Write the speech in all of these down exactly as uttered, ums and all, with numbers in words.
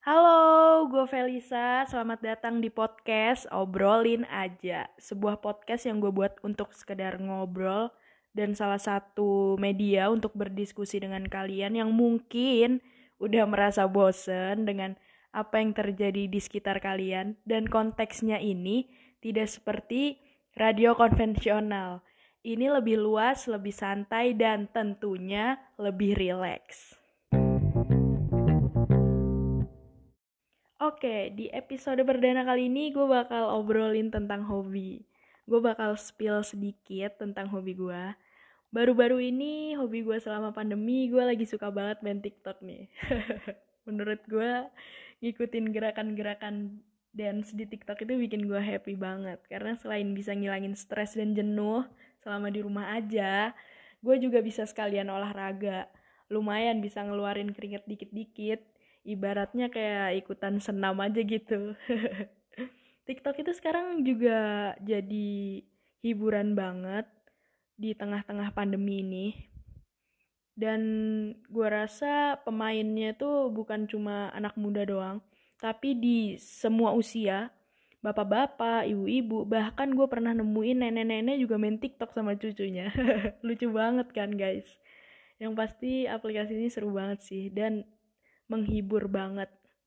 Halo, gue Felisa. Selamat datang di podcast Obrolin Aja. Sebuah podcast yang gue buat untuk sekedar ngobrol dan salah satu media untuk berdiskusi dengan kalian yang mungkin udah merasa bosen dengan apa yang terjadi di sekitar kalian. Dan konteksnya ini tidak seperti radio konvensional. Ini lebih luas, lebih santai, dan tentunya lebih rileks. Oke, di episode perdana kali ini gue bakal obrolin tentang hobi. Gue bakal spill sedikit tentang hobi gue. Baru-baru ini hobi gue selama pandemi, gue lagi suka banget main TikTok nih. Menurut gue, ngikutin gerakan-gerakan dance di TikTok itu bikin gue happy banget. Karena selain bisa ngilangin stres dan jenuh selama di rumah aja, gue juga bisa sekalian olahraga. Lumayan bisa ngeluarin keringet dikit-dikit. Ibaratnya kayak ikutan senam aja gitu. TikTok itu sekarang juga jadi hiburan banget di tengah-tengah pandemi ini. Dan gue rasa pemainnya tuh bukan cuma anak muda doang, tapi di semua usia, bapak-bapak, ibu-ibu, bahkan gue pernah nemuin nenek-nenek juga main TikTok sama cucunya. Lucu banget kan guys. Yang pasti aplikasi ini seru banget sih dan menghibur banget.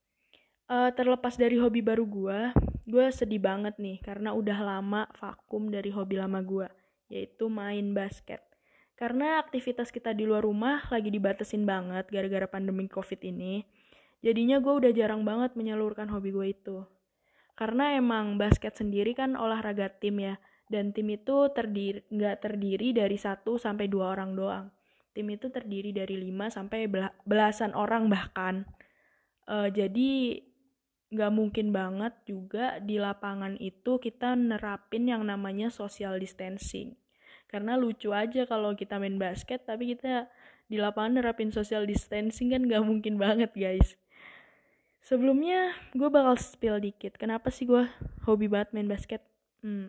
Uh, terlepas dari hobi baru gue, gue sedih banget nih karena udah lama vakum dari hobi lama gue, yaitu main basket. Karena aktivitas kita di luar rumah lagi dibatasin banget gara-gara pandemi covid ini, jadinya gue udah jarang banget menyalurkan hobi gue itu. Karena emang basket sendiri kan olahraga tim ya, dan tim itu terdiri, gak terdiri dari satu sampai dua orang doang. Tim itu terdiri dari lima sampai belasan orang bahkan. Uh, jadi gak mungkin banget juga di lapangan itu kita nerapin yang namanya social distancing. Karena lucu aja kalau kita main basket tapi kita di lapangan nerapin social distancing kan gak mungkin banget guys. Sebelumnya gue bakal spill dikit. Kenapa sih gue hobi banget main basket? Hmm,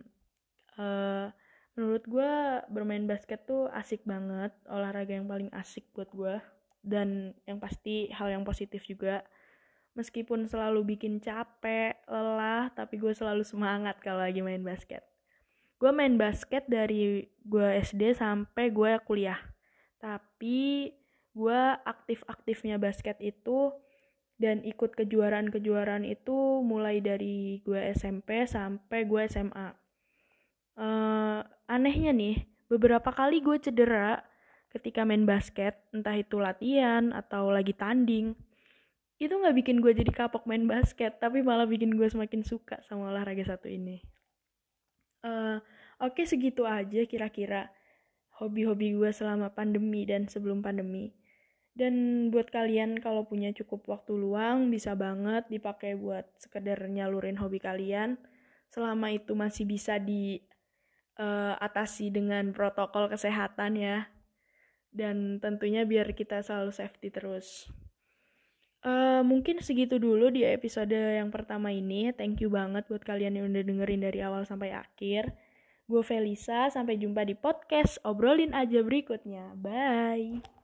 uh, menurut gue bermain basket tuh asik banget. Olahraga yang paling asik buat gue. Dan yang pasti hal yang positif juga. Meskipun selalu bikin capek, lelah, tapi gue selalu semangat kalau lagi main basket. Gue main basket dari gue S D sampai gue kuliah. Tapi gue aktif-aktifnya basket itu dan ikut kejuaraan-kejuaraan itu mulai dari gue S M P sampai gue S M A. Uh, anehnya nih, beberapa kali gue cedera ketika main basket, entah itu latihan atau lagi tanding. Itu gak bikin gue jadi kapok main basket, tapi malah bikin gue semakin suka sama olahraga satu ini. Uh, Oke, okay, segitu aja kira-kira hobi-hobi gue selama pandemi dan sebelum pandemi. Dan buat kalian kalau punya cukup waktu luang, bisa banget dipakai buat sekedar nyalurin hobi kalian. Selama itu masih bisa diatasi uh, dengan protokol kesehatan ya. Dan tentunya biar kita selalu safety terus. Uh, mungkin segitu dulu di episode yang pertama ini. Thank you banget buat kalian yang udah dengerin dari awal sampai akhir. Gue Felisa, sampai jumpa di podcast Obrolin Aja berikutnya. Bye!